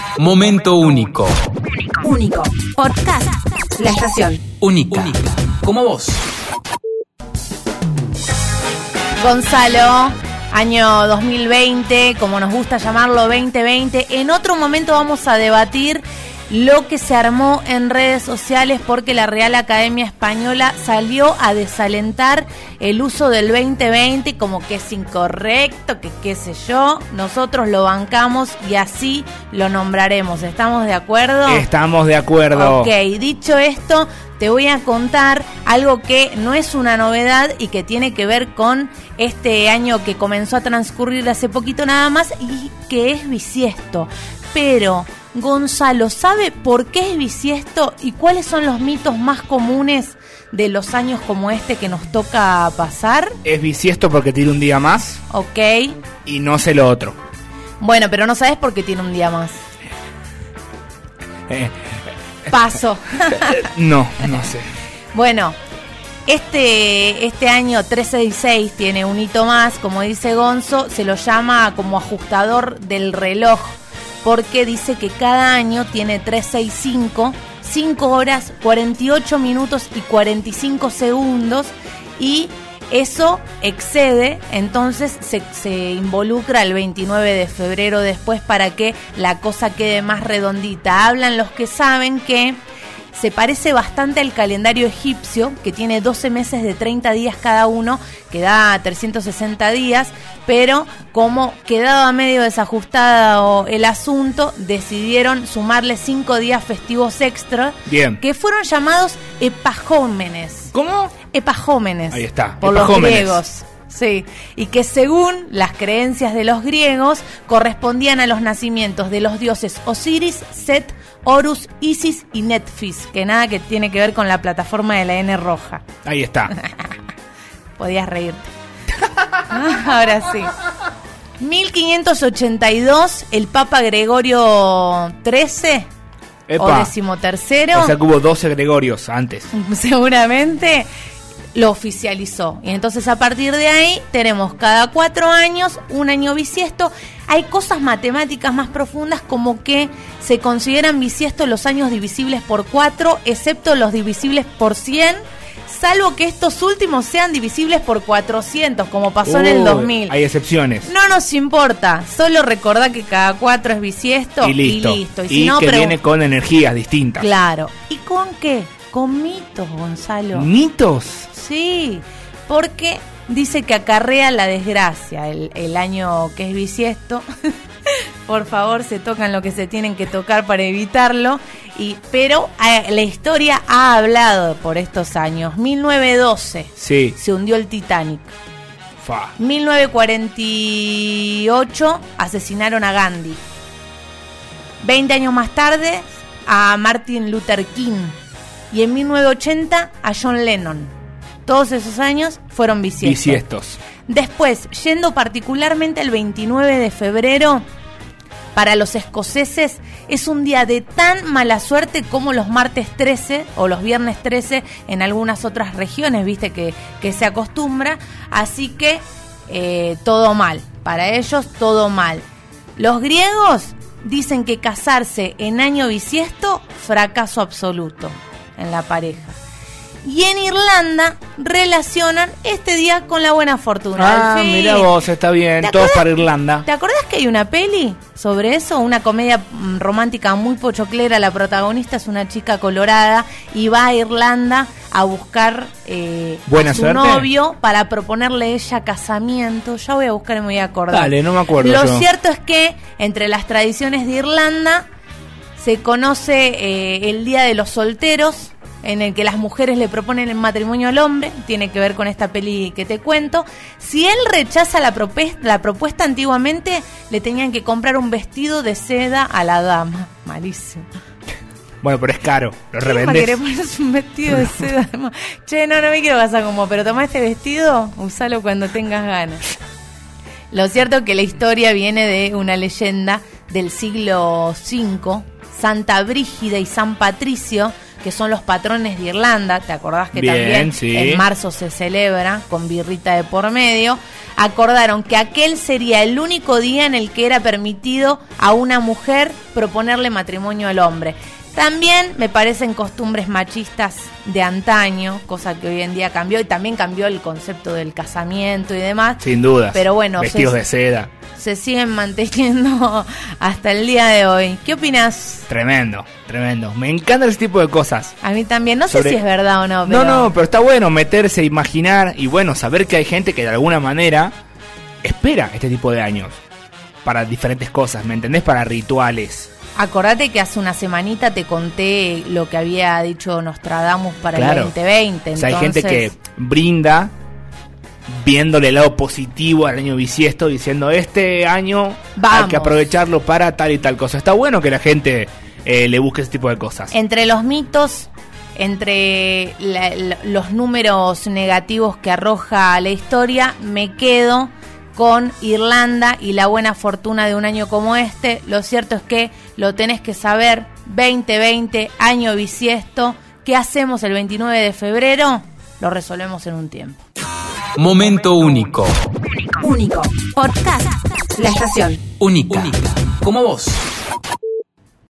Momento único. Único. Podcast. La estación. Única. Como vos. Gonzalo, año 2020, como nos gusta llamarlo, 2020. En otro momento vamos a debatir lo que se armó en redes sociales porque la Real Academia Española salió a desalentar el uso del 2020 como que es incorrecto, que qué sé yo. Nosotros lo bancamos y así lo nombraremos. ¿Estamos de acuerdo? Estamos de acuerdo. Ok, dicho esto, te voy a contar algo que no es una novedad y que tiene que ver con este año que comenzó a transcurrir hace poquito nada más y que es bisiesto. Pero Gonzalo, ¿sabe por qué es bisiesto y cuáles son los mitos más comunes de los años como este que nos toca pasar? Es bisiesto porque tiene un día más. Ok. Y no sé lo otro. Bueno, pero no sabes por qué tiene un día más. Paso. No sé. Bueno, este año 366 tiene un hito más, como dice Gonzo, se lo llama como ajustador del reloj, porque dice que cada año tiene 365, 5 horas, 48 minutos y 45 segundos, y eso excede, entonces se involucra el 29 de febrero después para que la cosa quede más redondita. Hablan los que saben que se parece bastante al calendario egipcio, que tiene 12 meses de 30 días cada uno, que da 360 días, pero como quedaba medio desajustado el asunto, decidieron sumarle 5 días festivos extra, bien, que fueron llamados epajómenes. ¿Cómo? Epajómenes. Ahí está, por epajómenes. Los griegos. Sí, y que según las creencias de los griegos correspondían a los nacimientos de los dioses Osiris, Set, Horus, Isis y Netfis, que nada que tiene que ver con la plataforma de la N roja. Ahí está. Podías reírte. Ahora sí. 1582, el Papa Gregorio XIII, Epa. o decimotercero, O sea que hubo 12 Gregorios antes. seguramente lo oficializó. Y entonces a partir de ahí tenemos cada 4 años un año bisiesto. Hay cosas matemáticas más profundas como que se consideran bisiestos los años divisibles por 4, excepto los divisibles por 100, salvo que estos últimos sean divisibles por 400, como pasó en el 2000. Hay excepciones. No nos importa, solo recordá que cada 4 es bisiesto Y listo. Y Y si no, que viene con energías distintas. Claro. ¿Y con qué? Con mitos, Gonzalo. ¿Mitos? Sí, porque dice que acarrea la desgracia el año que es bisiesto. Por favor, se tocan lo que se tienen que tocar para evitarlo. Pero la historia ha hablado por estos años. 1912 Sí. se hundió el Titanic. 1948 asesinaron a Gandhi. 20 años más tarde a Martin Luther King. Y en 1980 a John Lennon. Todos esos años fueron bisiestos. Después, yendo particularmente el 29 de febrero, para los escoceses es un día de tan mala suerte como los martes 13 o los viernes 13 en algunas otras regiones, viste que se acostumbra. Así que todo mal. Para ellos todo mal. Los griegos dicen que casarse en año bisiesto, fracaso absoluto en la pareja. Y en Irlanda relacionan este día con la buena fortuna. Ah, mira vos, está bien, todos para Irlanda. ¿Te acordás que hay una peli sobre eso? Una comedia romántica muy pochoclera. La protagonista es una chica colorada y va a Irlanda a buscar ¿Buena a su suerte? novio para proponerle ella casamiento. Ya voy a buscar y me voy a acordar. Dale, no me acuerdo Lo yo. cierto es que entre las tradiciones de Irlanda se conoce el Día de los Solteros, en el que las mujeres le proponen el matrimonio al hombre. Tiene que ver con esta peli que te cuento. Si él rechaza la propuesta, antiguamente le tenían que comprar un vestido de seda a la dama. Malísimo. Bueno, pero es caro, lo ¿Qué revendés. querés ponerse un vestido de seda? Che, no me quiero casar como, pero tomá este vestido, usalo cuando tengas ganas. Lo cierto es que la historia viene de una leyenda del siglo V. Santa Brígida y San Patricio que son los patrones de Irlanda. ¿Te acordás que Bien, también sí. en marzo se celebra con birrita de por medio? Acordaron que aquel sería el único día en el que era permitido a una mujer proponerle matrimonio al hombre. También me parecen costumbres machistas de antaño, cosa que hoy en día cambió, y también cambió el concepto del casamiento y demás. Sin duda. Pero bueno, vestidos de seda. se siguen manteniendo hasta el día de hoy. ¿Qué opinas? Tremendo, tremendo. Me encanta ese tipo de cosas. A mí también, no sé si es verdad o no. Pero... No, pero está bueno meterse, imaginar y bueno, saber que hay gente que de alguna manera espera este tipo de años para diferentes cosas, ¿me entendés? Para rituales. Acordate que hace una semanita te conté lo que había dicho Nostradamus para Claro. el 2020. O sea, hay entonces... gente que brinda viéndole el lado positivo al año bisiesto, diciendo este año Vamos. hay que aprovecharlo para tal y tal cosa. Está bueno que la gente le busque ese tipo de cosas. Entre los mitos, entre los números negativos que arroja la historia, me quedo con Irlanda y la buena fortuna de un año como este. Lo cierto es que lo tenés que saber. 2020, año bisiesto. ¿Qué hacemos el 29 de febrero? Lo resolvemos en un tiempo. Momento único. Único. Podcast. La estación. Única. Como vos.